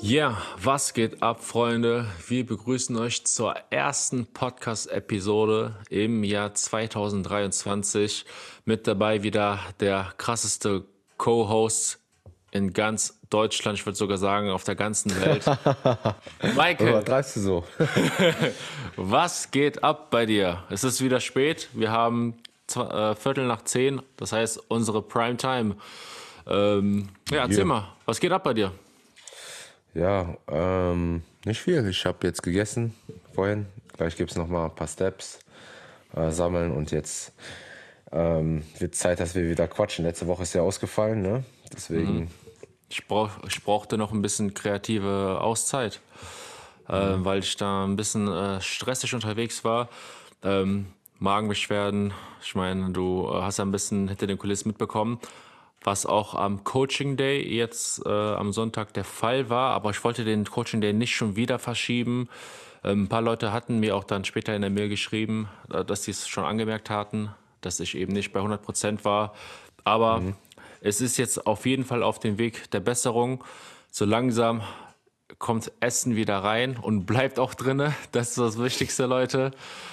Ja, was geht ab, Freunde? Wir begrüßen euch zur ersten Podcast-Episode im Jahr 2023. Mit dabei wieder der krasseste Co-Host in ganz Deutschland, ich würde sogar sagen auf der ganzen Welt. Was Michael, treibst du so? was geht ab bei dir? Es ist wieder spät. Wir haben Viertel nach 10, das heißt unsere Primetime. Ja, erzähl Hier. mal, was geht ab bei dir? Ja, nicht viel. Ich habe jetzt gegessen vorhin. Gleich gibt es nochmal ein paar Steps sammeln und jetzt wird Zeit, dass wir wieder quatschen. Letzte Woche ist ja ausgefallen, ne? Deswegen, Ich brauchte noch ein bisschen kreative Auszeit, weil ich da ein bisschen stressig unterwegs war. Magenbeschwerden, ich meine, du hast ja ein bisschen hinter den Kulissen mitbekommen, was auch am Coaching Day jetzt am Sonntag der Fall war. Aber ich wollte den Coaching Day nicht schon wieder verschieben. Ein paar Leute hatten mir auch dann später in der Mail geschrieben, dass sie es schon angemerkt hatten, dass ich eben nicht bei 100% war. Aber es ist jetzt auf jeden Fall auf dem Weg der Besserung. So langsam kommt Essen wieder rein und bleibt auch drinne. Das ist das Wichtigste, Leute.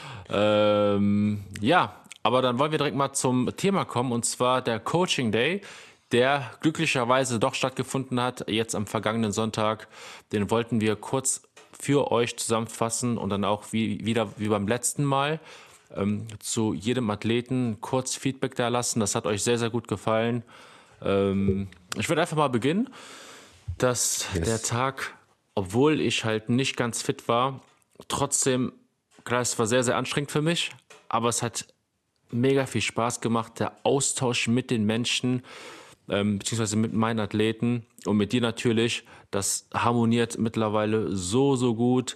Ja, aber dann wollen wir direkt mal zum Thema kommen, und zwar der Coaching Day, der glücklicherweise doch stattgefunden hat, jetzt am vergangenen Sonntag. Den wollten wir kurz für euch zusammenfassen und dann auch wieder wie beim letzten Mal zu jedem Athleten kurz Feedback da lassen. Das hat euch sehr, sehr gut gefallen. Ich würde einfach mal beginnen, dass der yes. Tag, obwohl ich halt nicht ganz fit war, trotzdem, klar, es war sehr, sehr anstrengend für mich, aber es hat mega viel Spaß gemacht, der Austausch mit den Menschen, beziehungsweise mit meinen Athleten und mit dir natürlich, das harmoniert mittlerweile so, so gut.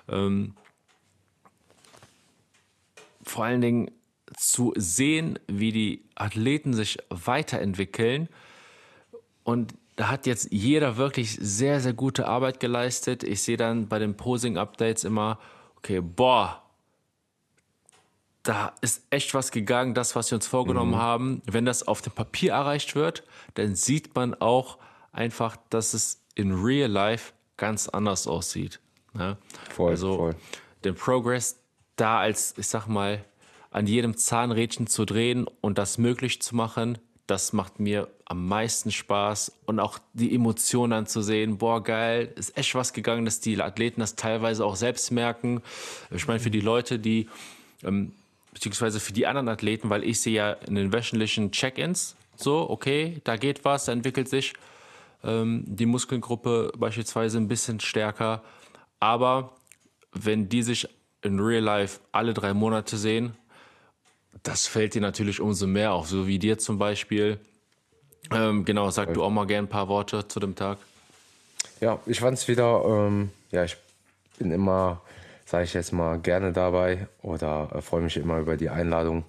Vor allen Dingen zu sehen, wie die Athleten sich weiterentwickeln. Und da hat jetzt jeder wirklich sehr, sehr gute Arbeit geleistet. Ich sehe dann bei den Posing-Updates immer, okay, boah, da ist echt was gegangen, das, was wir uns vorgenommen haben. Wenn das auf dem Papier erreicht wird, dann sieht man auch einfach, dass es in Real Life ganz anders aussieht. Ne? Voll, Also voll. den Progress da als, ich sag mal, an jedem Zahnrädchen zu drehen und das möglich zu machen, das macht mir am meisten Spaß. Und auch die Emotionen dann zu sehen, boah, geil, ist echt was gegangen, dass die Athleten das teilweise auch selbst merken. Ich meine, für die Leute, die beziehungsweise für die anderen Athleten, weil ich sehe ja in den wöchentlichen Check-ins, so, okay, da geht was, da entwickelt sich die Muskelgruppe beispielsweise ein bisschen stärker. Aber wenn die sich in Real Life alle 3 Monate sehen, das fällt dir natürlich umso mehr auf, so wie dir zum Beispiel. Genau, sag du auch mal gern ein paar Worte zu dem Tag. Ja, ich fand es wieder, ja, ich bin immer, sage ich jetzt mal, gerne dabei oder freue mich immer über die Einladung.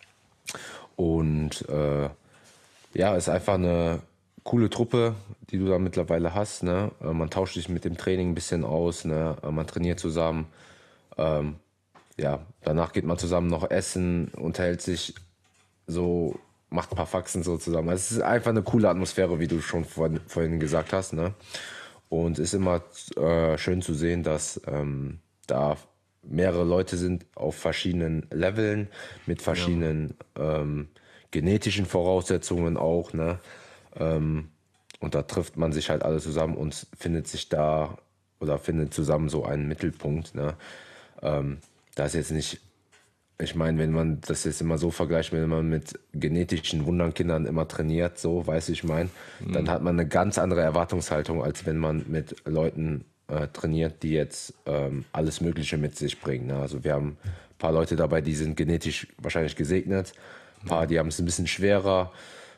Und ja, ist einfach eine coole Truppe, die du da mittlerweile hast. Ne? Man tauscht sich mit dem Training ein bisschen aus, ne? Man trainiert zusammen. Ja, danach geht man zusammen noch essen, unterhält sich so, macht ein paar Faxen so zusammen. Also es ist einfach eine coole Atmosphäre, wie du schon vorhin gesagt hast. Ne? Und es ist immer schön zu sehen, dass da mehrere Leute sind auf verschiedenen Leveln, mit verschiedenen genetischen Voraussetzungen auch. Ne? Und da trifft man sich halt alle zusammen und findet sich da oder findet zusammen so einen Mittelpunkt. Ne? Da ist jetzt nicht, ich meine, wenn man das jetzt immer so vergleicht, wenn man mit genetischen Wunderkindern immer trainiert, so, weiß ich mein, dann hat man eine ganz andere Erwartungshaltung, als wenn man mit Leuten trainiert, die jetzt alles Mögliche mit sich bringen. Ne? Also wir haben ein paar Leute dabei, die sind genetisch wahrscheinlich gesegnet, ein paar, die haben es ein bisschen schwerer,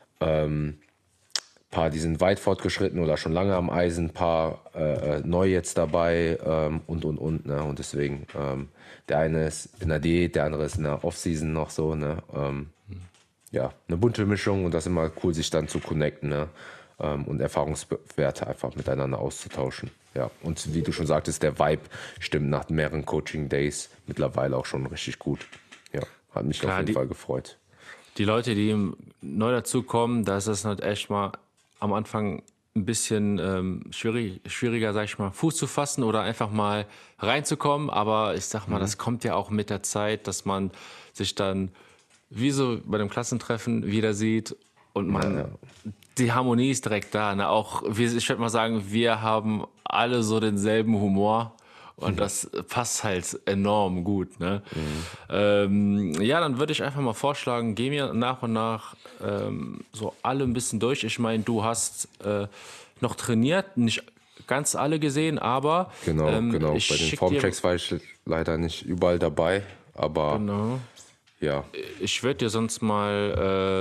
paar, die sind weit fortgeschritten oder schon lange am Eisen, paar neu jetzt dabei und. Ne? Und deswegen, der eine ist in der Diät, der andere ist in der Offseason noch so. Ne? Ja, eine bunte Mischung und das ist immer cool, sich dann zu connecten, ne? Und Erfahrungswerte einfach miteinander auszutauschen. Ja, und wie du schon sagtest, der Vibe stimmt nach mehreren Coaching-Days mittlerweile auch schon richtig gut. Ja, hat mich auf Klar, jeden Fall gefreut. die Leute, die neu dazukommen, da ist es halt echt mal am Anfang ein bisschen schwieriger, sag ich mal, Fuß zu fassen oder einfach mal reinzukommen. Aber ich sag mal, das kommt ja auch mit der Zeit, dass man sich dann wie so bei dem Klassentreffen wieder sieht und die Harmonie ist direkt da. Ne? Auch, ich würde mal sagen, wir haben alle so denselben Humor. Und das passt halt enorm gut. Ne? Ja, dann würde ich einfach mal vorschlagen, geh mir nach und nach so alle ein bisschen durch. Ich meine, du hast noch trainiert, nicht ganz alle gesehen, aber Genau. ich Bei den schick dir, Formchecks war ich leider nicht überall dabei, aber genau, ja, ich werde dir sonst mal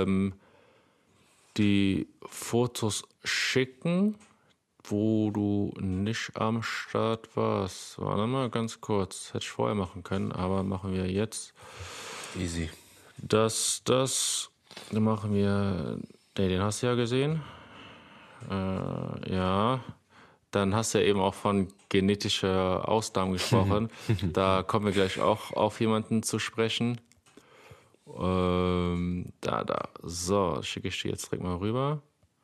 die Fotos schicken, wo du nicht am Start warst. Warte mal ganz kurz. Hätte ich vorher machen können, aber machen wir jetzt. easy. Das machen wir. Nee, den hast du ja gesehen. Ja. Dann hast du ja eben auch von genetischer Ausnahmen gesprochen. Da kommen wir gleich auch auf jemanden zu sprechen. Da. So, schicke ich dir jetzt direkt mal rüber.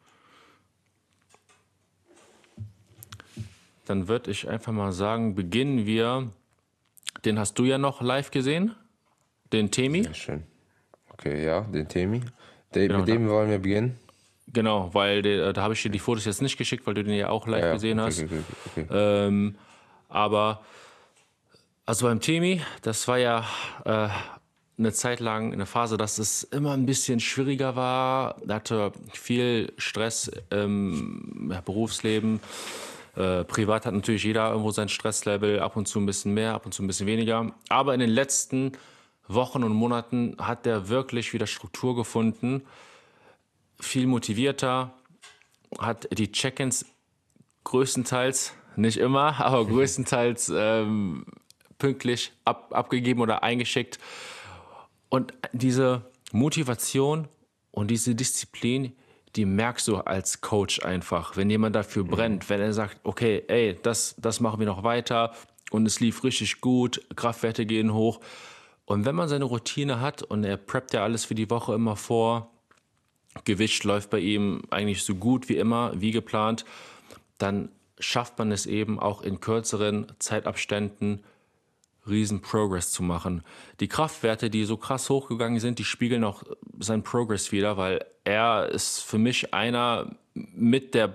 Dann würde ich einfach mal sagen, beginnen wir. Den hast du ja noch live gesehen, den Temi. Sehr schön. Okay, ja, den Temi. Genau, Mit dem wollen wir beginnen. Genau, weil da habe ich dir die Fotos jetzt nicht geschickt, weil du den ja auch live Ja, gesehen okay, hast. okay. Aber also beim Temi, das war ja eine Zeit lang eine Phase, dass es immer ein bisschen schwieriger war. Er hatte viel Stress im Berufsleben. Privat hat natürlich jeder irgendwo sein Stresslevel, ab und zu ein bisschen mehr, ab und zu ein bisschen weniger. Aber in den letzten Wochen und Monaten hat er wirklich wieder Struktur gefunden, viel motivierter, hat die Check-ins größtenteils, nicht immer, aber größtenteils pünktlich abgegeben oder eingeschickt. Und diese Motivation und diese Disziplin, die merkst du als Coach einfach. Wenn jemand dafür brennt, wenn er sagt, okay, ey, das machen wir noch weiter und es lief richtig gut, Kraftwerte gehen hoch. Und wenn man seine Routine hat und er preppt ja alles für die Woche immer vor, Gewicht läuft bei ihm eigentlich so gut wie immer, wie geplant, dann schafft man es eben auch in kürzeren Zeitabständen riesen Progress zu machen. Die Kraftwerte, die so krass hochgegangen sind, die spiegeln auch seinen Progress wieder, weil er ist für mich einer mit der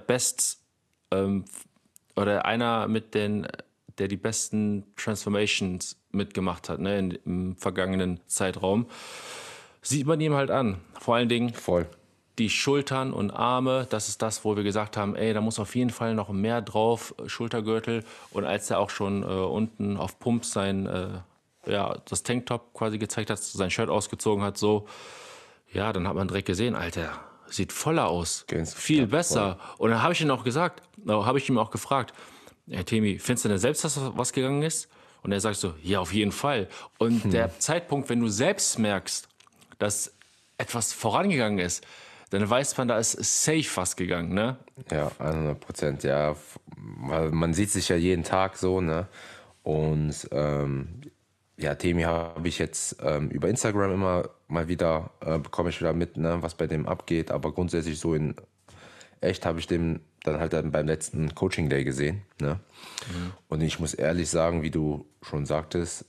oder einer mit den, der die besten Transformations mitgemacht hat, ne, im vergangenen Zeitraum. Sieht man ihm halt an. Vor allen Dingen Voll. die Schultern und Arme, das ist das, wo wir gesagt haben, ey, da muss auf jeden Fall noch mehr drauf, Schultergürtel. Und als er auch schon unten auf Pump das Tanktop quasi gezeigt hat, sein Shirt ausgezogen hat, so, ja, dann hat man direkt gesehen, Alter, sieht voller aus, Ganz viel klar, besser. Und dann habe ich ihm auch gefragt, Herr Temi, findest du denn selbst, dass was gegangen ist? Und er sagt so, ja, auf jeden Fall. Und der Zeitpunkt, wenn du selbst merkst, dass etwas vorangegangen ist, dann weiß man, da ist safe was gegangen, ne? Ja, 100%. Ja, weil man sieht sich ja jeden Tag so, ne? Und ja, Temi habe ich jetzt über Instagram immer mal wieder, bekomme ich wieder mit, ne, was bei dem abgeht. Aber grundsätzlich so in echt habe ich den dann halt dann beim letzten Coaching Day gesehen, ne? Und ich muss ehrlich sagen, wie du schon sagtest,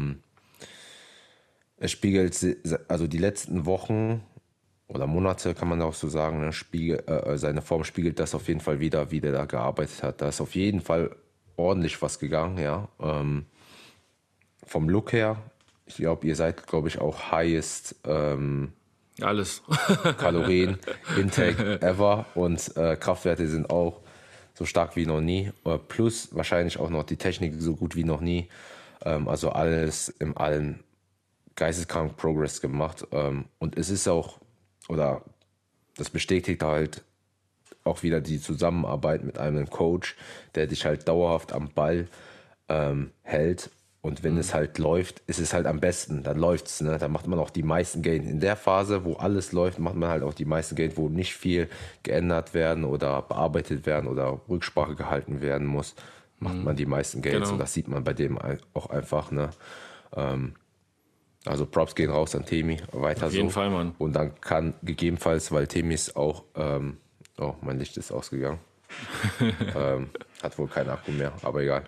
es spiegelt, also die letzten Wochen oder Monate, kann man auch so sagen, ne, seine Form spiegelt das auf jeden Fall wieder, wie der da gearbeitet hat. Da ist auf jeden Fall ordentlich was gegangen, ja. Vom Look her, ich glaube, ihr seid, glaube ich, auch highest Alles. Kalorien-Intake ever und Kraftwerte sind auch so stark wie noch nie. Plus wahrscheinlich auch noch die Technik so gut wie noch nie. Also alles im Allen geisteskrank Progress gemacht. Und es ist auch, oder das bestätigt halt auch wieder die Zusammenarbeit mit einem Coach, der dich halt dauerhaft am Ball hält. Und wenn es halt läuft, ist es halt am besten. Dann läuft's, ne? Dann macht man auch die meisten Gains. In der Phase, wo alles läuft, macht man halt auch die meisten Gains, wo nicht viel geändert werden oder bearbeitet werden oder Rücksprache gehalten werden muss, macht man die meisten Gains. Genau. Und das sieht man bei dem auch einfach, ne? Also Props gehen raus an Temi, weiter so. Auf jeden Fall, Mann. Und dann kann gegebenenfalls, weil Temi ist auch, oh, mein Licht ist ausgegangen. Hat wohl keinen Akku mehr, aber egal.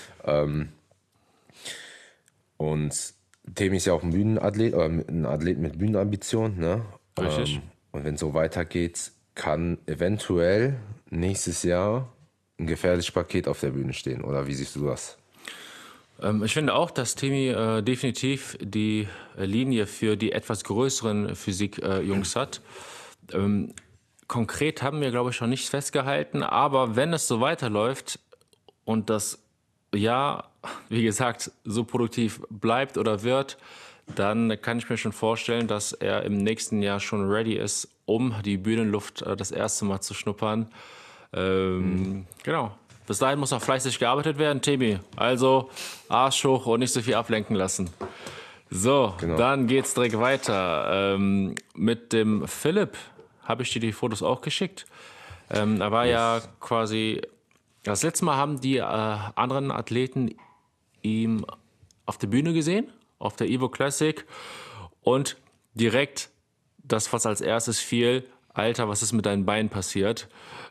Und Temi ist ja auch ein Bühnenathlet, oder ein Athlet mit Bühnenambition, ne? Richtig. Und wenn es so weitergeht, kann eventuell nächstes Jahr ein gefährliches Paket auf der Bühne stehen. Oder wie siehst du das? Ich finde auch, dass Temi definitiv die Linie für die etwas größeren Physik-Jungs hat. Konkret haben wir, glaube ich, noch nichts festgehalten, aber wenn es so weiterläuft und das Jahr, wie gesagt, so produktiv bleibt oder wird, dann kann ich mir schon vorstellen, dass er im nächsten Jahr schon ready ist, um die Bühnenluft das erste Mal zu schnuppern. Genau. Bis dahin muss noch fleißig gearbeitet werden, Temi. Also Arsch hoch und nicht so viel ablenken lassen. So, Genau. dann geht's direkt weiter. Mit dem Philipp habe ich dir die Fotos auch geschickt. Er war ja quasi, das letzte Mal haben die anderen Athleten ihm auf der Bühne gesehen, auf der Evo Classic. Und direkt das, was als erstes fiel, Alter, was ist mit deinen Beinen passiert?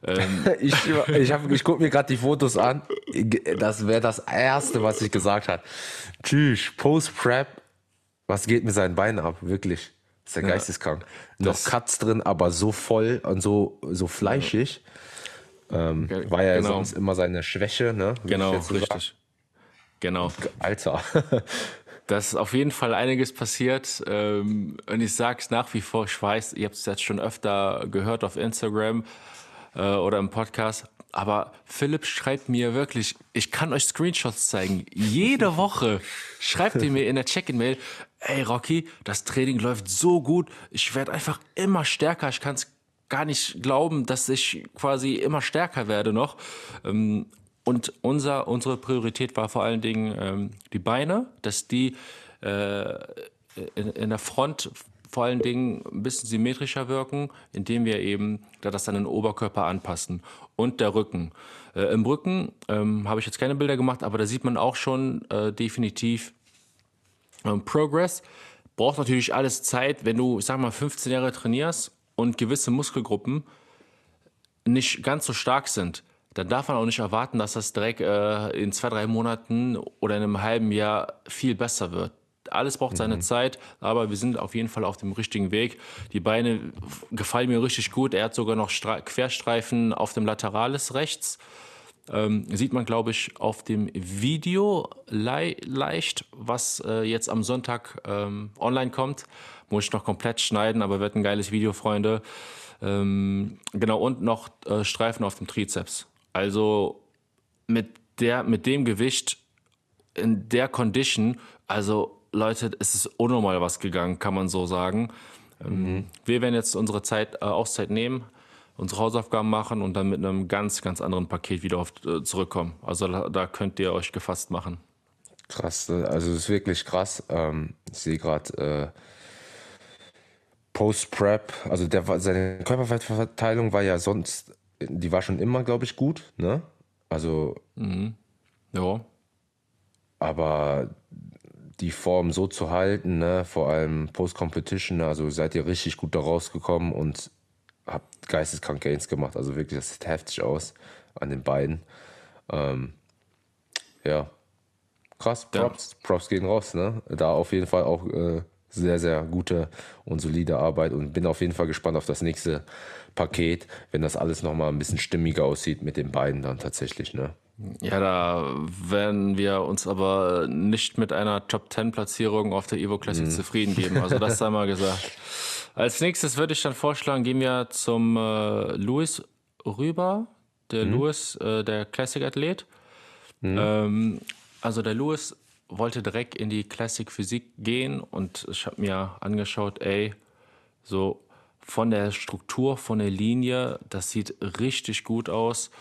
Ich gucke mir gerade die Fotos an. Das wäre das Erste, was ich gesagt habe. Tschüss, Post-Prep. Was geht mit seinen Beinen ab? Wirklich. Ist ja geisteskrank. Noch Cuts drin, aber so voll und so fleischig. War ja Genau. sonst immer seine Schwäche, ne? Wie Genau, ich jetzt so sag. richtig. Genau. Alter. Da ist auf jeden Fall einiges passiert. Und ich sag's nach wie vor, ich weiß, ihr habt es jetzt schon öfter gehört auf Instagram oder im Podcast. Aber Philipp schreibt mir wirklich, ich kann euch Screenshots zeigen. Jede Woche schreibt ihr mir in der Check-in-Mail, ey Rocky, das Training läuft so gut. Ich werde einfach immer stärker. Ich kann es gar nicht glauben, dass ich quasi immer stärker werde noch. Und unsere Priorität war vor allen Dingen die Beine, dass die in der Front vor allen Dingen ein bisschen symmetrischer wirken, indem wir eben das an den Oberkörper anpassen. Und der Rücken. Im Rücken habe ich jetzt keine Bilder gemacht, aber da sieht man auch schon definitiv Progress. Braucht natürlich alles Zeit, wenn du, ich sag mal, 15 Jahre trainierst und gewisse Muskelgruppen nicht ganz so stark sind, dann darf man auch nicht erwarten, dass das direkt in 2-3 Monaten oder in einem halben Jahr viel besser wird. Alles braucht seine Zeit, aber wir sind auf jeden Fall auf dem richtigen Weg. Die Beine gefallen mir richtig gut. Er hat sogar noch Querstreifen auf dem Lateralis rechts. Sieht man, glaube ich, auf dem Video leicht, was jetzt am Sonntag online kommt. Muss ich noch komplett schneiden, aber wird ein geiles Video, Freunde. Genau, und noch Streifen auf dem Trizeps. Also mit dem Gewicht, in der Condition, also Leute, es ist unnormal was gegangen, kann man so sagen. Wir werden jetzt unsere Auszeit nehmen, unsere Hausaufgaben machen und dann mit einem ganz, ganz anderen Paket wieder zurückkommen. Also da könnt ihr euch gefasst machen. Krass, also es ist wirklich krass. Ich sehe gerade Post-Prep, also seine Körperfettverteilung war ja sonst, die war schon immer, glaube ich, gut, ne? Also, Ja. aber die Form so zu halten, ne, vor allem Post-Competition, also seid ihr richtig gut da rausgekommen und habt geisteskrank Gains gemacht. Also wirklich, das sieht heftig aus an den Beinen. Ja, krass, Props gehen raus, ne? Da auf jeden Fall auch sehr, sehr gute und solide Arbeit und bin auf jeden Fall gespannt auf das nächste Paket, wenn das alles nochmal ein bisschen stimmiger aussieht mit den beiden dann tatsächlich, ne? Ja, da werden wir uns aber nicht mit einer Top-10-Platzierung auf der Evo Classic zufrieden geben. Also das sei mal gesagt. Als nächstes würde ich dann vorschlagen, gehen wir zum Louis rüber. Der Louis, der Classic-Athlet. Also der Louis wollte direkt in die Classic Physik gehen und ich habe mir angeschaut, ey, so von der Struktur, von der Linie, das sieht richtig gut aus.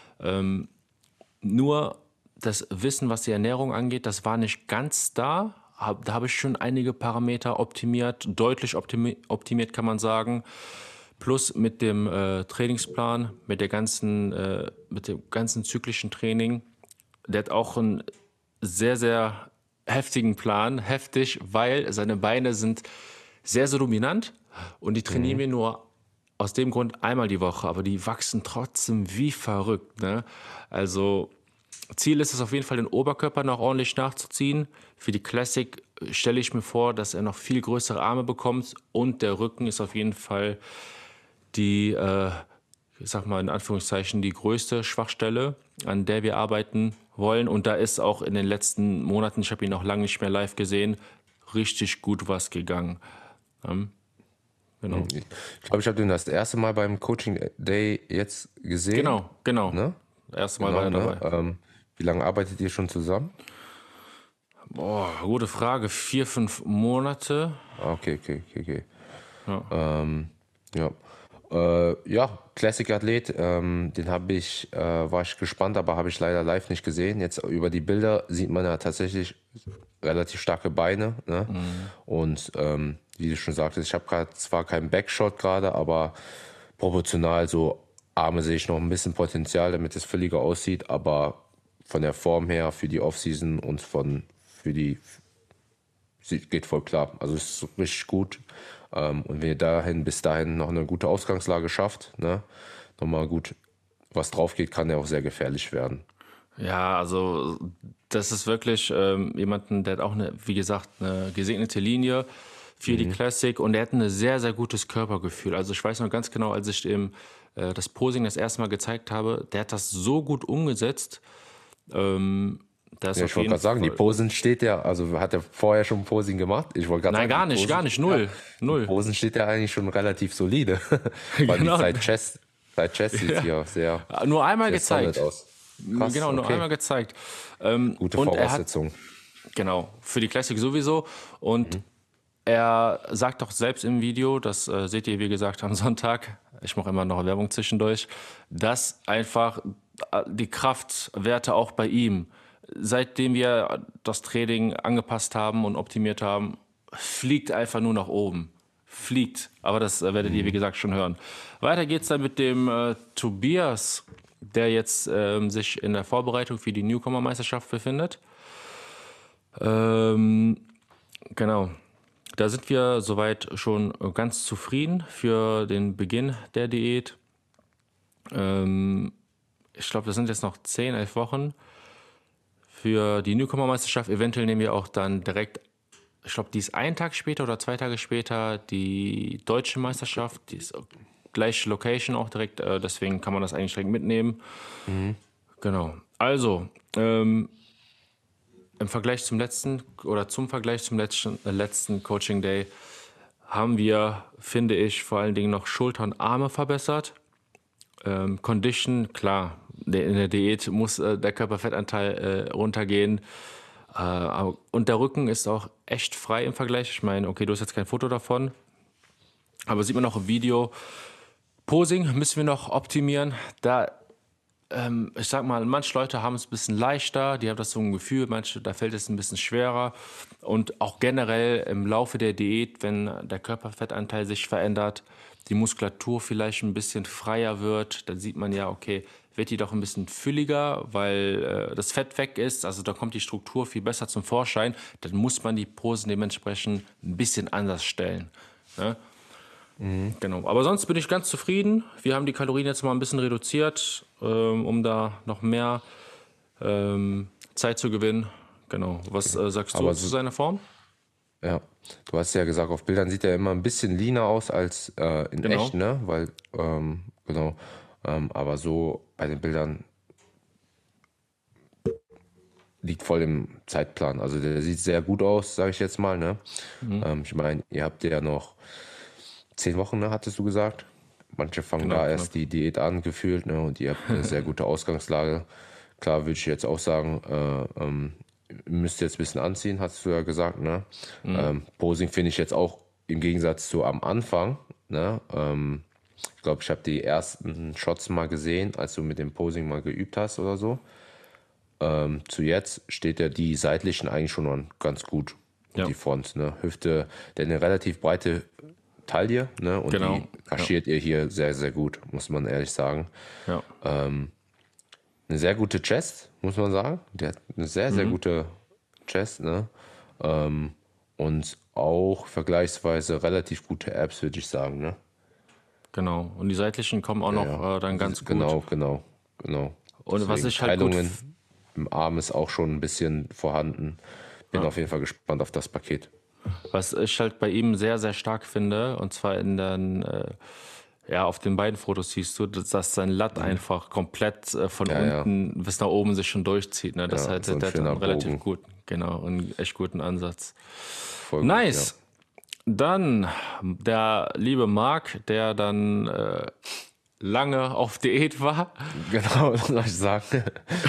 Nur das Wissen, was die Ernährung angeht, das war nicht ganz da. Da habe ich schon einige Parameter optimiert, deutlich optimiert kann man sagen. Plus mit dem Trainingsplan, mit dem ganzen zyklischen Training. Der hat auch einen sehr, sehr heftigen Plan. Heftig, weil seine Beine sind sehr, sehr dominant und die trainieren wir nur aus dem Grund einmal die Woche, aber die wachsen trotzdem wie verrückt. Ne? Also Ziel ist es auf jeden Fall, den Oberkörper noch ordentlich nachzuziehen. Für die Classic stelle ich mir vor, dass er noch viel größere Arme bekommt und der Rücken ist auf jeden Fall die, ich sag mal in Anführungszeichen, die größte Schwachstelle, an der wir arbeiten wollen. Und da ist auch in den letzten Monaten, ich habe ihn auch lange nicht mehr live gesehen, richtig gut was gegangen. Genau. Ich glaube, ich habe den das erste Mal beim Coaching Day jetzt gesehen. Genau. Ne? Erste Mal Genau, war er ne? dabei. Wie lange arbeitet ihr schon zusammen? Boah, gute Frage. 4, 5 Monate. Ah, okay. Ja. Ja. Ja, Classic-Athlet, den war ich gespannt, aber habe ich leider live nicht gesehen. Jetzt über die Bilder sieht man ja tatsächlich relativ starke Beine. Ne? Und wie du schon sagtest, ich habe gerade zwar keinen Backshot gerade, aber proportional so Arme sehe ich noch ein bisschen Potenzial, damit es fülliger aussieht, aber von der Form her für die Offseason und für die geht voll klar. Also es ist richtig gut. Und wenn ihr bis dahin noch eine gute Ausgangslage schafft, ne, nochmal gut was drauf geht, kann der auch sehr gefährlich werden. Ja, also das ist wirklich jemanden, der hat auch wie gesagt, eine gesegnete Linie für die Classic und der hat ein sehr, sehr gutes Körpergefühl. Also ich weiß noch ganz genau, als ich ihm das Posing das erste Mal gezeigt habe, der hat das so gut umgesetzt. Da ist Ja, auf ich wollte jeden gerade sagen, die Fall. Posen steht ja, also hat er vorher schon Posing gemacht? Ich wollte gerade Nein, sagen, gar nicht, ja, null. die Null. Posen steht ja eigentlich schon relativ solide. Vor allem die Genau. Side Chest sieht hier sehr, Nur einmal sehr solid gezeigt. aus. Krass, Genau, nur okay. einmal gezeigt. Gute Und er hat, Voraussetzung. genau, für die Classic sowieso. Und er sagt auch selbst im Video, das seht ihr, wie gesagt, am Sonntag, ich mache immer noch Werbung zwischendurch, dass einfach die Kraftwerte auch bei ihm, seitdem wir das Training angepasst haben und optimiert haben, fliegt einfach nur nach oben. Fliegt. Aber das werdet ihr, wie gesagt, schon hören. Weiter geht's dann mit dem Tobias, der jetzt sich in der Vorbereitung für die Newcomer-Meisterschaft befindet. Genau. Da sind wir soweit schon ganz zufrieden für den Beginn der Diät. Ich glaube, das sind jetzt noch 10, 11 Wochen. Für die Newcomer-Meisterschaft eventuell nehmen wir auch dann direkt, ich glaube, die ist einen Tag später oder 2 Tage später, die deutsche Meisterschaft. Die ist gleiche Location auch direkt, deswegen kann man das eigentlich direkt mitnehmen. Genau. Also, im Vergleich zum letzten Coaching Day haben wir, finde ich, vor allen Dingen noch Schulter und Arme verbessert. Condition, klar, in der Diät muss der Körperfettanteil runtergehen. Und der Rücken ist auch echt frei im Vergleich. Ich meine, okay, du hast jetzt kein Foto davon, aber sieht man auch im Video. Posing müssen wir noch optimieren. Ich sag mal, manche Leute haben es ein bisschen leichter, die haben das so ein Gefühl, da fällt es ein bisschen schwerer. Und auch generell im Laufe der Diät, wenn der Körperfettanteil sich verändert, die Muskulatur vielleicht ein bisschen freier wird, dann sieht man ja, okay, wird die doch ein bisschen fülliger, weil das Fett weg ist, also da kommt die Struktur viel besser zum Vorschein, dann muss man die Posen dementsprechend ein bisschen anders stellen. Ne? Genau. Aber sonst bin ich ganz zufrieden. Wir haben die Kalorien jetzt mal ein bisschen reduziert, um da noch mehr Zeit zu gewinnen. Genau. Was sagst du Aber zu seiner Form? Ja, du hast ja gesagt, auf Bildern sieht er immer ein bisschen leaner aus als in Genau. echt, ne? Weil, genau. Aber so bei den Bildern liegt voll im Zeitplan. Also der sieht sehr gut aus, sage ich jetzt mal, ne? Ich meine, ihr habt ja noch 10 Wochen, ne, hattest du gesagt? Manche fangen Genau, da genau. erst die Diät an, gefühlt, ne? Und ihr habt eine sehr gute Ausgangslage. Klar würde ich jetzt auch sagen, müsst ihr jetzt ein bisschen anziehen, hast du ja gesagt, ne? Posing finde ich jetzt auch im Gegensatz zu am Anfang, ne? Ich glaube, ich habe die ersten Shots mal gesehen, als du mit dem Posing mal geübt hast oder so. Zu jetzt steht ja die seitlichen eigentlich schon ganz gut. Und Ja. die Front, ne? Hüfte, der eine relativ breite Taille, ne? Und Genau. die kaschiert ihr hier sehr, sehr gut, muss man ehrlich sagen. Ja. Eine sehr gute Chest, muss man sagen. Der hat eine sehr, sehr gute Chest, ne? Und auch vergleichsweise relativ gute Abs, würde ich sagen, ne? Genau. Und die seitlichen kommen auch noch dann ganz gut. Genau. Und was Deswegen ich halt gut Teilungen im Arm ist auch schon ein bisschen vorhanden. Bin auf jeden Fall gespannt auf das Paket. Was ich halt bei ihm sehr, sehr stark finde, und zwar in den, ja, auf den beiden Fotos siehst du, dass sein Latt einfach komplett von Ja. unten bis nach oben sich schon durchzieht. Ne? Das Ja, halt, so ein der hat schöner einen relativ Bogen. guten, genau, einen echt guten Ansatz. Voll gut, ja. Nice. Dann der liebe Marc, der dann lange auf Diät war. Genau, das soll ich sagen.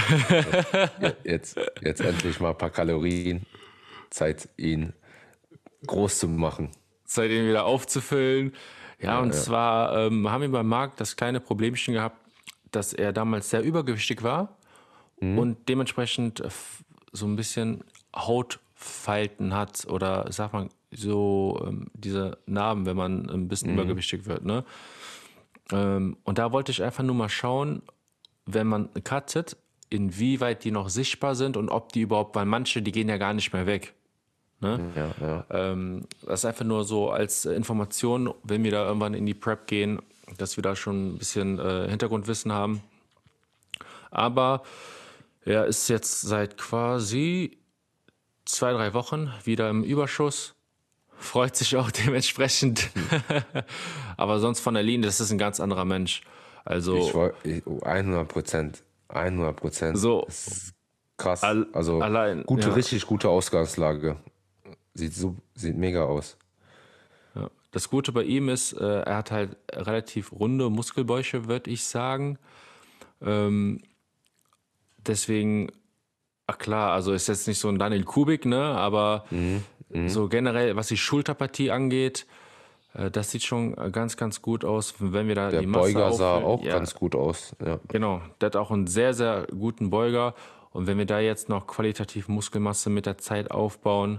Jetzt endlich mal ein paar Kalorien. Zeit, ihn groß zu machen. Zeit, ihn wieder aufzufüllen. Ja, und zwar haben wir beim Marc das kleine Problemchen gehabt, dass er damals sehr übergewichtig war und dementsprechend so ein bisschen Hautfalten hat oder sag mal so diese Narben, wenn man ein bisschen übergewichtig wird. Ne? Und da wollte ich einfach nur mal schauen, wenn man cuttet, inwieweit die noch sichtbar sind und ob die überhaupt, weil manche, die gehen ja gar nicht mehr weg. Ja. Das ist einfach nur so als Information, wenn wir da irgendwann in die Prep gehen, dass wir da schon ein bisschen Hintergrundwissen haben. Aber er ist jetzt seit quasi 2-3 Wochen wieder im Überschuss. Freut sich auch dementsprechend. Aber sonst von der Linie, das ist ein ganz anderer Mensch. Also 100%. 100%. so Das ist krass. Also allein. richtig gute Ausgangslage. Sieht mega aus. Ja. Das Gute bei ihm ist, er hat halt relativ runde Muskelbäuche, würde ich sagen. Deswegen, ach klar, also ist jetzt nicht so ein Daniel Kubik, ne? Aber so generell, was die Schulterpartie angeht, das sieht schon ganz, ganz gut aus, wenn wir da Der die Masse Beuger sah auffüllen. auch Ja, ganz gut aus. Ja. genau. Der hat auch einen sehr, sehr guten Beuger. Und wenn wir da jetzt noch qualitativ Muskelmasse mit der Zeit aufbauen,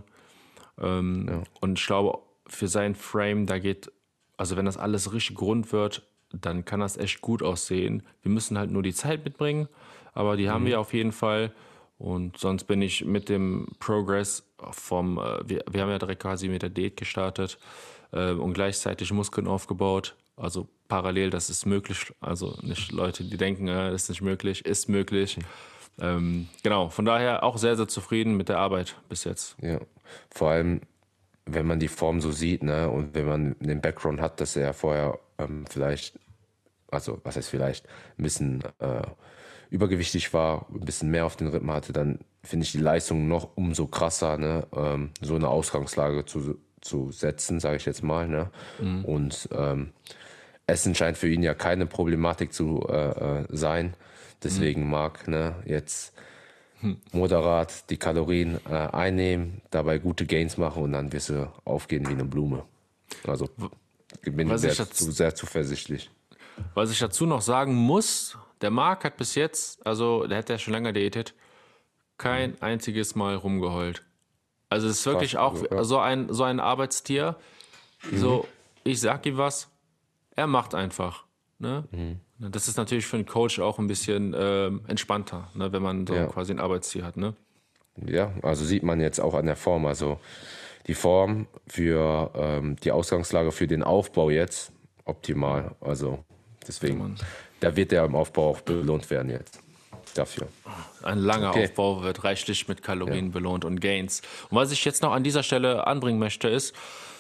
und ich glaube, für seinen Frame, da geht, also wenn das alles richtig rund wird, dann kann das echt gut aussehen. Wir müssen halt nur die Zeit mitbringen, aber die haben wir auf jeden Fall. Und sonst bin ich mit dem Progress wir haben ja direkt quasi mit der Diät gestartet und gleichzeitig Muskeln aufgebaut. Also parallel, das ist möglich. Also nicht Leute, die denken, das ist nicht möglich, ist möglich. Genau, von daher auch sehr, sehr zufrieden mit der Arbeit bis jetzt. Ja. Vor allem, wenn man die Form so sieht, ne, und wenn man den Background hat, dass er vorher vielleicht, also was heißt vielleicht, ein bisschen übergewichtig war, ein bisschen mehr auf den Rippen hatte, dann finde ich die Leistung noch umso krasser, ne, so eine Ausgangslage zu setzen, sage ich jetzt mal, ne. Und Essen scheint für ihn ja keine Problematik zu sein. Deswegen Marc, ne, jetzt moderat die Kalorien einnehmen, dabei gute Gains machen und dann wirst du aufgehen wie eine Blume. Also bin Was ich sehr zuversichtlich. Was ich dazu noch sagen muss, der Marc hat bis jetzt, also der hat ja schon länger diätet, kein einziges Mal rumgeheult. Also es ist wirklich Krass, auch also, ja. so ein Arbeitstier. So, ich sag ihm was, er macht einfach. Ne? Das ist natürlich für einen Coach auch ein bisschen entspannter, ne? Wenn man so Ja. quasi ein Arbeitstier hat. Ne? Ja, also sieht man jetzt auch an der Form. Also die Form für die Ausgangslage für den Aufbau jetzt optimal. Also deswegen, da wird er im Aufbau auch belohnt werden jetzt dafür. Ein langer Okay. Aufbau wird reichlich mit Kalorien belohnt und Gains. Und was ich jetzt noch an dieser Stelle anbringen möchte, ist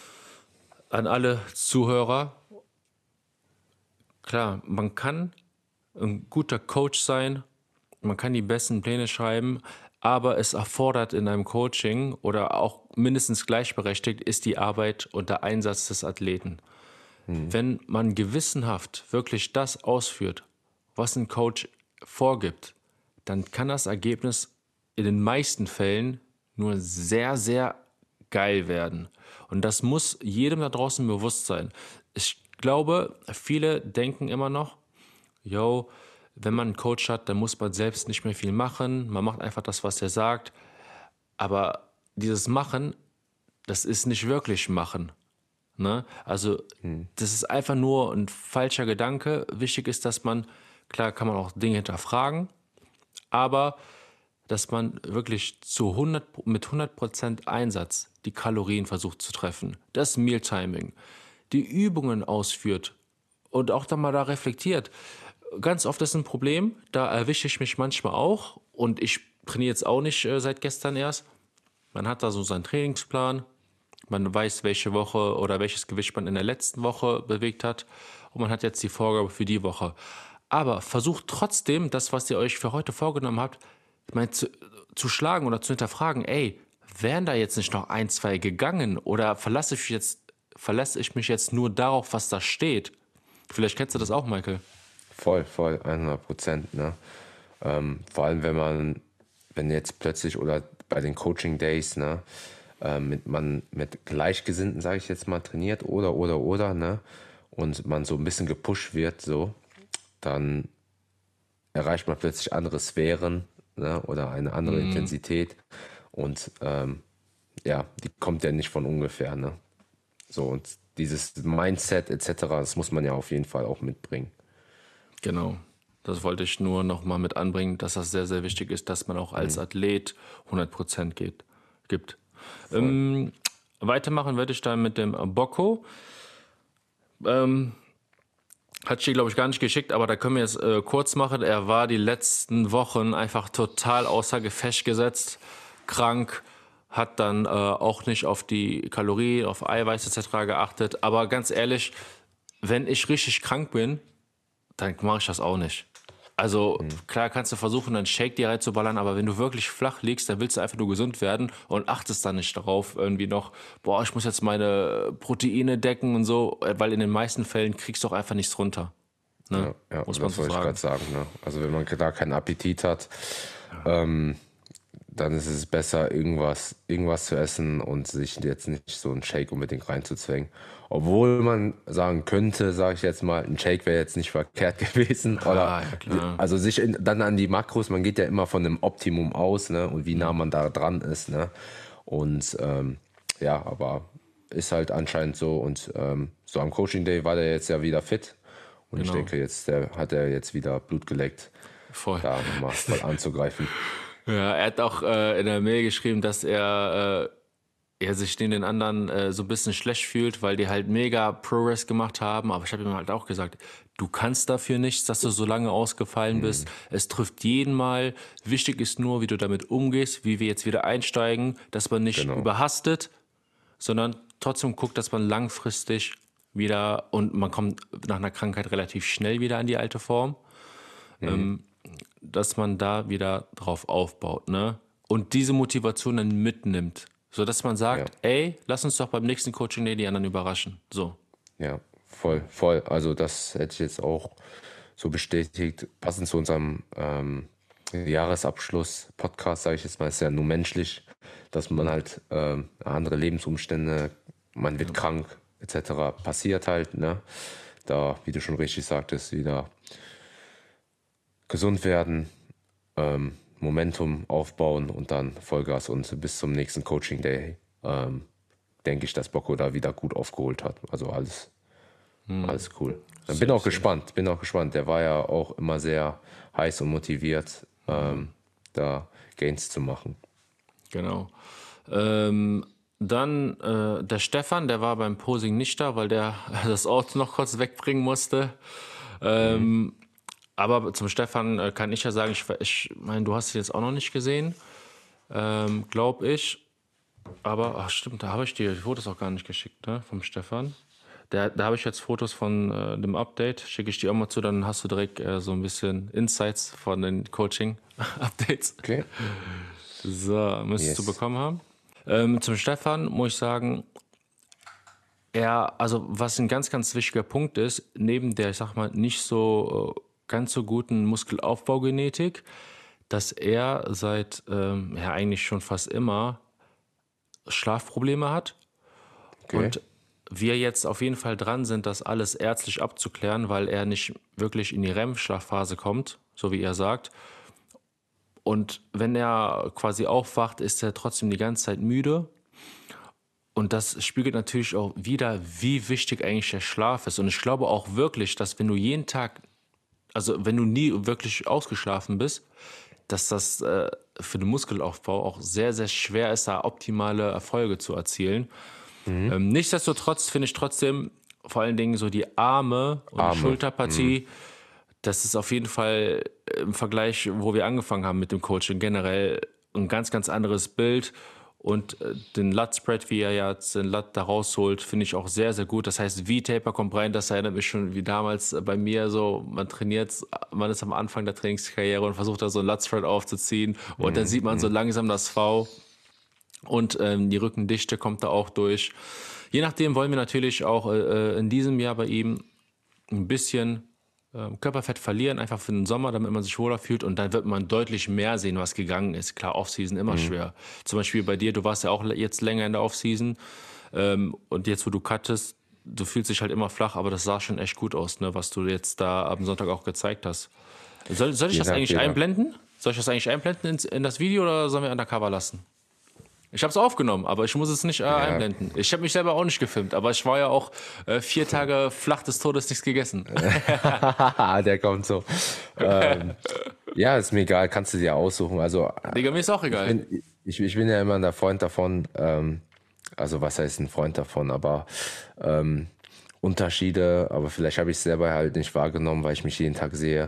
an alle Zuhörer, klar, man kann ein guter Coach sein, man kann die besten Pläne schreiben, aber es erfordert in einem Coaching oder auch mindestens gleichberechtigt ist die Arbeit und der Einsatz des Athleten. Wenn man gewissenhaft wirklich das ausführt, was ein Coach vorgibt, dann kann das Ergebnis in den meisten Fällen nur sehr, sehr geil werden. Und das muss jedem da draußen bewusst sein. Ich glaube, viele denken immer noch, yo, wenn man einen Coach hat, dann muss man selbst nicht mehr viel machen. Man macht einfach das, was er sagt. Aber dieses Machen, das ist nicht wirklich Machen. Ne? Also das ist einfach nur ein falscher Gedanke. Wichtig ist, dass man, klar kann man auch Dinge hinterfragen, aber dass man wirklich mit 100% Einsatz die Kalorien versucht zu treffen. Das Mealtiming. Die Übungen ausführt und auch dann mal da reflektiert. Ganz oft ist ein Problem, da erwische ich mich manchmal auch und ich trainiere jetzt auch nicht seit gestern erst. Man hat da so seinen Trainingsplan, man weiß, welche Woche oder welches Gewicht man in der letzten Woche bewegt hat und man hat jetzt die Vorgabe für die Woche. Aber versucht trotzdem, das, was ihr euch für heute vorgenommen habt, mal zu schlagen oder zu hinterfragen, ey, wären da jetzt nicht noch ein, zwei gegangen oder verlasse ich mich jetzt nur darauf, was da steht? Vielleicht kennst du das auch, Michael. Voll, 100%, ne? Vor allem, wenn jetzt plötzlich oder bei den Coaching Days, ne, man mit Gleichgesinnten, sage ich jetzt mal, trainiert oder, ne, und man so ein bisschen gepusht wird, so, dann erreicht man plötzlich andere Sphären, ne, oder eine andere Intensität und ja, die kommt ja nicht von ungefähr, ne? So, und dieses Mindset etc., das muss man ja auf jeden Fall auch mitbringen. Genau. Das wollte ich nur noch mal mit anbringen, dass das sehr, sehr wichtig ist, dass man auch als Athlet 100% gibt. Weitermachen werde ich dann mit dem Bocco. Hat ich dir, glaube ich, gar nicht geschickt, aber da können wir jetzt kurz machen. Er war die letzten Wochen einfach total außer Gefecht gesetzt, krank, hat dann auch nicht auf die Kalorien, auf Eiweiß etc. geachtet. Aber ganz ehrlich, wenn ich richtig krank bin, dann mache ich das auch nicht. Also klar kannst du versuchen, einen Shake dir reinzuballern, aber wenn du wirklich flach liegst, dann willst du einfach nur gesund werden und achtest dann nicht darauf, irgendwie noch, boah, ich muss jetzt meine Proteine decken und so, weil in den meisten Fällen kriegst du auch einfach nichts runter. Ne? Ja, Muss man das so wollte ich sagen. gerade sagen. Ne? Also wenn man da keinen Appetit hat, dann ist es besser, irgendwas zu essen und sich jetzt nicht so einen Shake unbedingt reinzuzwängen. Obwohl man sagen könnte, sage ich jetzt mal, ein Shake wäre jetzt nicht verkehrt gewesen. Oder Ja, klar. also sich dann an die Makros, man geht ja immer von einem Optimum aus, ne? Und wie nah man da dran ist, ne? Und ja, aber ist halt anscheinend so. Und so am Coaching Day war der jetzt ja wieder fit. Und ich Genau. denke, hat er jetzt wieder Blut geleckt, Voll. da nochmal voll anzugreifen. Ja, er hat auch in der Mail geschrieben, dass er sich neben den anderen so ein bisschen schlecht fühlt, weil die halt mega Progress gemacht haben. Aber ich habe ihm halt auch gesagt, du kannst dafür nichts, dass du so lange ausgefallen bist. Es trifft jeden Mal. Wichtig ist nur, wie du damit umgehst, wie wir jetzt wieder einsteigen, dass man nicht Genau. überhastet, sondern trotzdem guckt, dass man langfristig wieder und man kommt nach einer Krankheit relativ schnell wieder an die alte Form, dass man da wieder drauf aufbaut, ne? Und diese Motivation dann mitnimmt, sodass man sagt, ey, lass uns doch beim nächsten Coaching Day die anderen überraschen. So. Ja, voll. Also das hätte ich jetzt auch so bestätigt. Passend zu unserem Jahresabschluss-Podcast, sage ich jetzt mal, ist ja nur menschlich, dass man halt andere Lebensumstände, man wird krank, etc. passiert halt, ne? Da, wie du schon richtig sagtest, wieder gesund werden, Momentum aufbauen und dann Vollgas und bis zum nächsten Coaching Day denke ich, dass Bocco da wieder gut aufgeholt hat. Also alles cool. Bin auch gespannt. Der war ja auch immer sehr heiß und motiviert, da Gains zu machen. Genau. Dann der Stefan, der war beim Posing nicht da, weil der das Auto noch kurz wegbringen musste. Aber zum Stefan kann ich ja sagen, ich meine, du hast ihn jetzt auch noch nicht gesehen, glaube ich. Aber, ach stimmt, da habe ich dir die Fotos auch gar nicht geschickt, ne, vom Stefan. Da habe ich jetzt Fotos von dem Update, schicke ich dir auch mal zu, dann hast du direkt so ein bisschen Insights von den Coaching-Updates. Okay. So, müsstest du bekommen haben. Zum Stefan muss ich sagen, also was ein ganz, ganz wichtiger Punkt ist, neben der, ich sag mal, nicht so ganz so guten Muskelaufbaugenetik, dass er seit ja eigentlich schon fast immer Schlafprobleme hat. Okay. Und wir jetzt auf jeden Fall dran sind, das alles ärztlich abzuklären, weil er nicht wirklich in die REM-Schlafphase kommt, so wie er sagt. Und wenn er quasi aufwacht, ist er trotzdem die ganze Zeit müde. Und das spiegelt natürlich auch wieder, wie wichtig eigentlich der Schlaf ist. Und ich glaube auch wirklich, dass wenn du jeden Tag, also wenn du nie wirklich ausgeschlafen bist, dass das für den Muskelaufbau auch sehr, sehr schwer ist, da optimale Erfolge zu erzielen. Nichtsdestotrotz finde ich trotzdem, vor allen Dingen so die Arme und die Arme. Schulterpartie, das ist auf jeden Fall im Vergleich, wo wir angefangen haben mit dem Coaching, generell ein ganz, ganz anderes Bild. Und den Lat-Spread, wie er jetzt den Lat da rausholt, finde ich auch sehr, sehr gut. Das heißt, V-Taper kommt rein, das erinnert mich schon wie damals bei mir so, man trainiert, man ist am Anfang der Trainingskarriere und versucht da so einen Lat-Spread aufzuziehen und dann sieht man so langsam das V und die Rückendichte kommt da auch durch. Je nachdem wollen wir natürlich auch in diesem Jahr bei ihm ein bisschen Körperfett verlieren, einfach für den Sommer, damit man sich wohler fühlt und dann wird man deutlich mehr sehen, was gegangen ist. Klar, Offseason immer schwer. Zum Beispiel bei dir, du warst ja auch jetzt länger in der Offseason und jetzt, wo du cuttest, du fühlst dich halt immer flach, aber das sah schon echt gut aus, ne, was du jetzt da am Sonntag auch gezeigt hast. Soll ich das eigentlich einblenden? Soll ich das eigentlich einblenden in das Video oder sollen wir undercover lassen? Ich habe es aufgenommen, aber ich muss es nicht einblenden. Ich habe mich selber auch nicht gefilmt, aber ich war ja auch 4 Tage flach des Todes nichts gegessen. Der kommt so. Ja, ist mir egal, kannst du dir aussuchen. Also, Digga, mir ist auch egal. ich bin ja immer ein Freund davon, also was heißt ein Freund davon, aber Unterschiede, aber vielleicht habe ich es selber halt nicht wahrgenommen, weil ich mich jeden Tag sehe,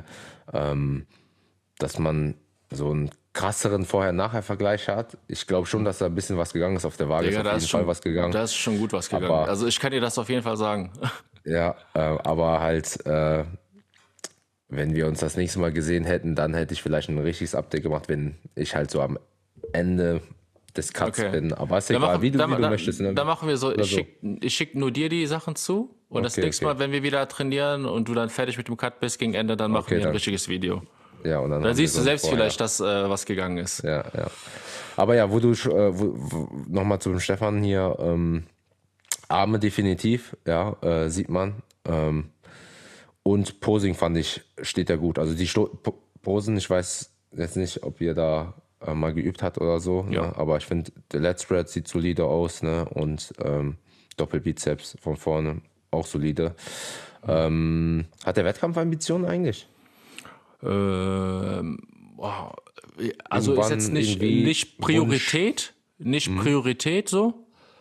dass man so einen krasseren Vorher-Nachher-Vergleich hat. Ich glaube schon, dass da ein bisschen was gegangen ist auf der Waage. Digga, ist auf jeden Fall was gegangen. Da ist schon gut was gegangen. Aber- Also ich kann dir das auf jeden Fall sagen. Ja, aber halt, wenn wir uns das nächste Mal gesehen hätten, dann hätte ich vielleicht ein richtiges Update gemacht, wenn ich halt so am Ende des Cuts Okay. bin. Aber ist egal, wie du möchtest. Ne? Da machen wir so, Oder ich schick nur dir die Sachen zu und das Okay, nächste okay. Mal, wenn wir wieder trainieren und du dann fertig mit dem Cut bist gegen Ende, dann machen Okay, wir ein dann- richtiges Video. Ja, und dann Dann haben wir siehst so du ein selbst Vorher. vielleicht, dass was gegangen ist. Ja, ja. Aber ja, nochmal zu dem Stefan hier, Arme definitiv, ja, sieht man. Und Posing fand ich, steht ja gut. Also die Posen, ich weiß jetzt nicht, ob ihr da mal geübt habt oder so, Ja. ne? Aber ich finde, der Lat Spread sieht solide aus, ne? Und Doppelbizeps von vorne auch solide. Hat der Wettkampfambitionen eigentlich? Wow. Also ist Irgendwann jetzt nicht, irgendwie nicht Priorität, Priorität so,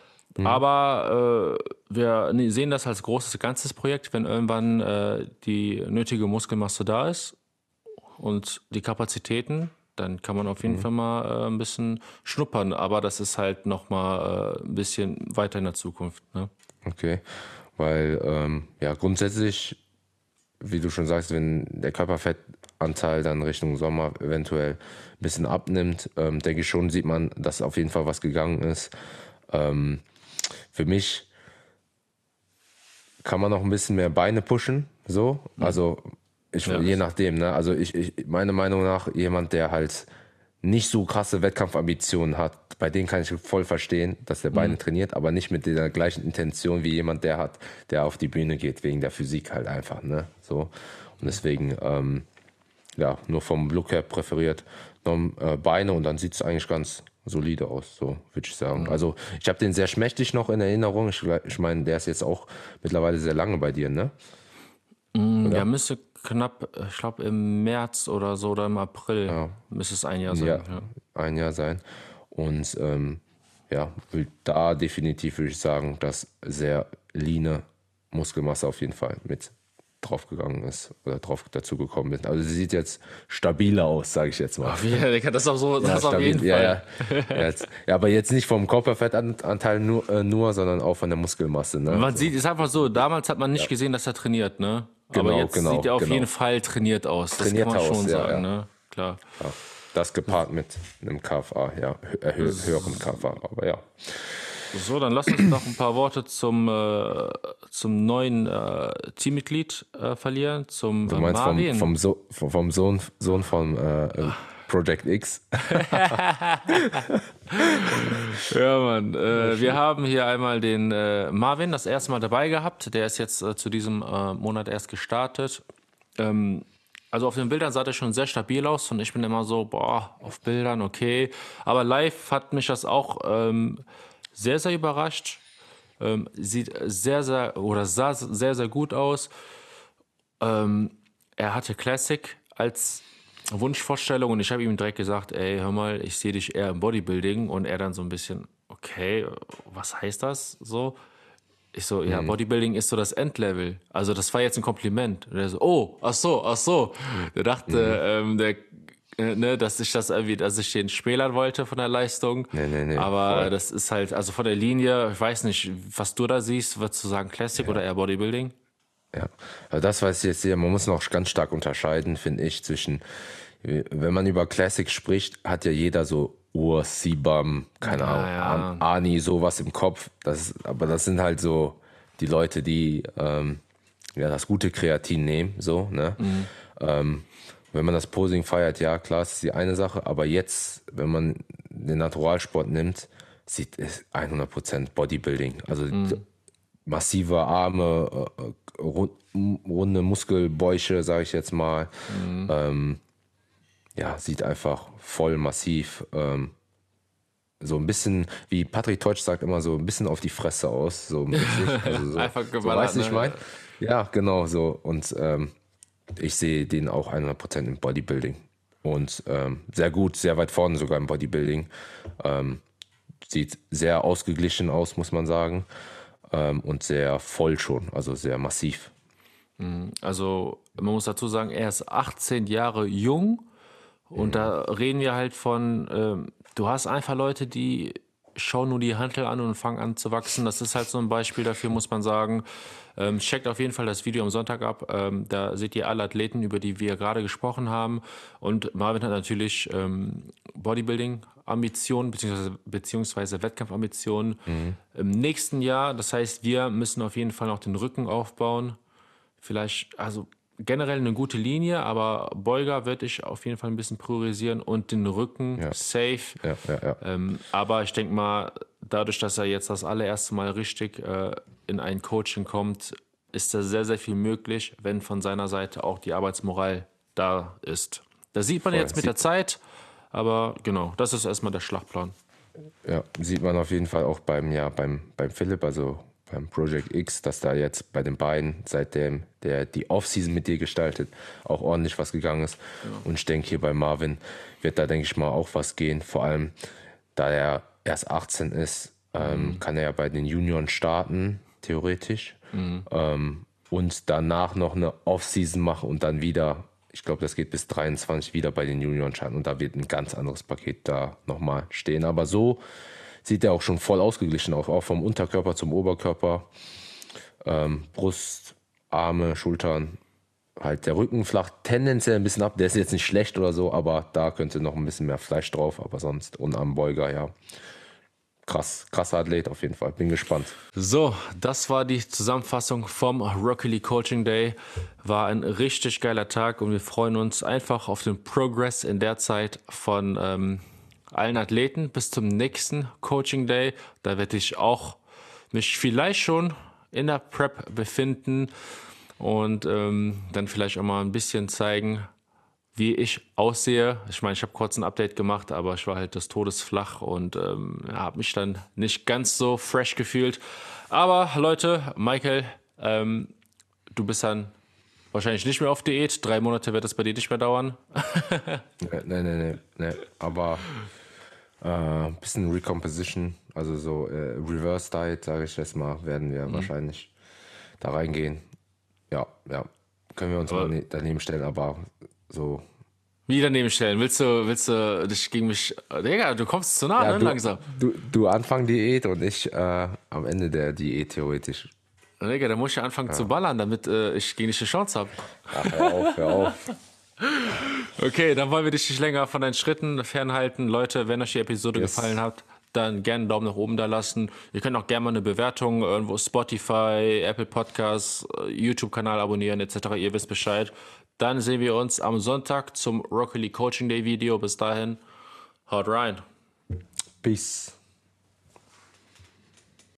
aber wir sehen das als großes, ganzes Projekt, wenn irgendwann die nötige Muskelmasse da ist und die Kapazitäten, dann kann man auf jeden Fall mal ein bisschen schnuppern, aber das ist halt nochmal ein bisschen weiter in der Zukunft. Ne? Okay, weil ja grundsätzlich, wie du schon sagst, wenn der Körperfettanteil dann Richtung Sommer eventuell ein bisschen abnimmt, denke ich schon, sieht man, dass auf jeden Fall was gegangen ist. Für mich kann man noch ein bisschen mehr Beine pushen, so, also je nachdem, ne? Also meiner Meinung nach, jemand, der halt nicht so krasse Wettkampfambitionen hat, bei denen kann ich voll verstehen, dass der Beine trainiert, aber nicht mit der gleichen Intention wie jemand, der auf die Bühne geht, wegen der Physik halt einfach, ne? So. Und deswegen, ja, nur vom Look her präferiert noch Beine und dann sieht es eigentlich ganz solide aus, so würde ich sagen. Also ich habe den sehr schmächtig noch in Erinnerung. Ich meine, der ist jetzt auch mittlerweile sehr lange bei dir, ne? Ja, müsste knapp, ich glaube im März oder so oder im April müsste es ein Jahr sein. Ja, Ja. ein Jahr sein. Und ja, da definitiv würde ich sagen, dass sehr leane Muskelmasse auf jeden Fall mit draufgegangen ist oder drauf dazugekommen ist. Also sie sieht jetzt stabiler aus, sage ich jetzt mal. Ja, das ist auch so, das auf stabil, jeden Fall. Ja, aber jetzt nicht vom Körperfettanteil nur, sondern auch von der Muskelmasse. Ne? Man sieht, ist einfach so, damals hat man nicht gesehen, dass er trainiert, ne? Aber Genau, jetzt genau, sieht er auf genau. jeden Fall trainiert aus. Das Trainiert kann man schon aus, ja, sagen, ja. ne? Klar. Ja, das gepaart mit einem KFA, ja, höheren KFA, aber ja. So, dann lass uns noch ein paar Worte zum neuen Teammitglied verlieren, zum Du meinst Marvin. vom Sohn von Project X. Ja, Mann. Wir haben hier einmal den Marvin das erste Mal dabei gehabt. Der ist jetzt zu diesem Monat erst gestartet. Also auf den Bildern sah der schon sehr stabil aus und ich bin immer so, boah, auf Bildern, okay. Aber live hat mich das auch sehr, sehr überrascht. Sieht sehr, sah sehr, sehr gut aus. Er hatte Classic als Wunschvorstellung und ich habe ihm direkt gesagt, ey, hör mal, ich sehe dich eher im Bodybuilding und er dann so ein bisschen, okay, was heißt das so? Ich so, ja, Bodybuilding ist so das Endlevel. Also das war jetzt ein Kompliment. Und er so, oh, ach so. Der dachte, dass ich den schmälern wollte von der Leistung. Nee, Aber voll. das ist halt, also von der Linie, ich weiß nicht, was du da siehst, würdest du sagen Classic oder eher Bodybuilding? Ja, also das, was ich jetzt sehe, man muss noch ganz stark unterscheiden, finde ich, zwischen, wenn man über Classic spricht, hat ja jeder so Sibam, keine Ahnung, Ja. Ani, sowas im Kopf. Aber das sind halt so die Leute, die das gute Kreatin nehmen, so, ne? Wenn man das Posing feiert, ja, klar, das ist die eine Sache, aber jetzt, wenn man den Naturalsport nimmt, sieht es 100% Bodybuilding. Also massive Arme, runde Muskelbäuche, sage ich jetzt mal. Ja, sieht einfach voll massiv. So ein bisschen, wie Patrick Teutsch sagt immer, so ein bisschen auf die Fresse aus. So mit sich. Also so, Einfach so geballert, weißt du, ich ne? mein? Ja, genau so. Und ich sehe den auch 100% im Bodybuilding. Und sehr gut, sehr weit vorne sogar im Bodybuilding. Sieht sehr ausgeglichen aus, muss man sagen. Und sehr voll schon, also sehr massiv. Also man muss dazu sagen, er ist 18 Jahre jung und da reden wir halt von, du hast einfach Leute, die schauen nur die Hantel an und fangen an zu wachsen. Das ist halt so ein Beispiel dafür, muss man sagen. Checkt auf jeden Fall das Video am Sonntag ab. Da seht ihr alle Athleten, über die wir gerade gesprochen haben. Und Marvin hat natürlich Bodybuilding-Ambitionen beziehungsweise Wettkampfambitionen im nächsten Jahr. Das heißt, wir müssen auf jeden Fall noch den Rücken aufbauen. Vielleicht, also generell eine gute Linie, aber Beuger würde ich auf jeden Fall ein bisschen priorisieren und den Rücken safe. Ja. Aber ich denke mal, dadurch, dass er jetzt das allererste Mal richtig in ein Coaching kommt, ist da sehr, sehr viel möglich, wenn von seiner Seite auch die Arbeitsmoral da ist. Das sieht man Voll. jetzt mit der Zeit, aber genau, das ist erstmal der Schlachtplan. Ja, sieht man auf jeden Fall auch beim Philipp, also beim Project X, dass da jetzt bei den beiden, seitdem der die Offseason mit dir gestaltet, auch ordentlich was gegangen ist. Und ich denke, hier bei Marvin wird da, denke ich mal, auch was gehen. Vor allem, da er erst 18 ist, kann er ja bei den Junioren starten, theoretisch. Und danach noch eine Offseason machen und dann wieder, ich glaube, das geht bis 23 wieder bei den Junioren starten. Und da wird ein ganz anderes Paket da nochmal stehen. Aber so sieht er auch schon voll ausgeglichen aus, auch vom Unterkörper zum Oberkörper. Brust, Arme, Schultern, halt der Rücken flacht tendenziell ein bisschen ab. Der ist jetzt nicht schlecht oder so, aber da könnte noch ein bisschen mehr Fleisch drauf, aber sonst. Und am Beuger, ja. Krasser Athlet auf jeden Fall. Bin gespannt. So, das war die Zusammenfassung vom Rocket League Coaching Day. War ein richtig geiler Tag und wir freuen uns einfach auf den Progress in der Zeit von allen Athleten bis zum nächsten Coaching Day. Da werde ich auch mich vielleicht schon in der Prep befinden und dann vielleicht auch mal ein bisschen zeigen, wie ich aussehe. Ich meine, ich habe kurz ein Update gemacht, aber ich war halt des Todes flach und habe mich dann nicht ganz so fresh gefühlt. Aber Leute, Michael, du bist dann wahrscheinlich nicht mehr auf Diät. 3 Monate wird es bei dir nicht mehr dauern. Nee. Aber bisschen Recomposition, also so Reverse Diet, sage ich jetzt mal, werden wir wahrscheinlich da reingehen. Ja. Können wir uns mal daneben stellen, aber so. Wie daneben stellen? Willst du dich gegen mich... Digga, du kommst zu nah, ne? Langsam. Du Anfang Diät und ich am Ende der Diät theoretisch. Digga, da muss ich ja anfangen zu ballern, damit ich gegen dich eine Chance habe. Ach, hör auf. Okay, dann wollen wir dich nicht länger von deinen Schritten fernhalten. Leute, wenn euch die Episode gefallen hat, dann gerne einen Daumen nach oben da lassen. Ihr könnt auch gerne mal eine Bewertung irgendwo Spotify, Apple Podcasts, YouTube-Kanal abonnieren etc. Ihr wisst Bescheid. Dann sehen wir uns am Sonntag zum Rocket League Coaching Day Video. Bis dahin, haut rein. Peace.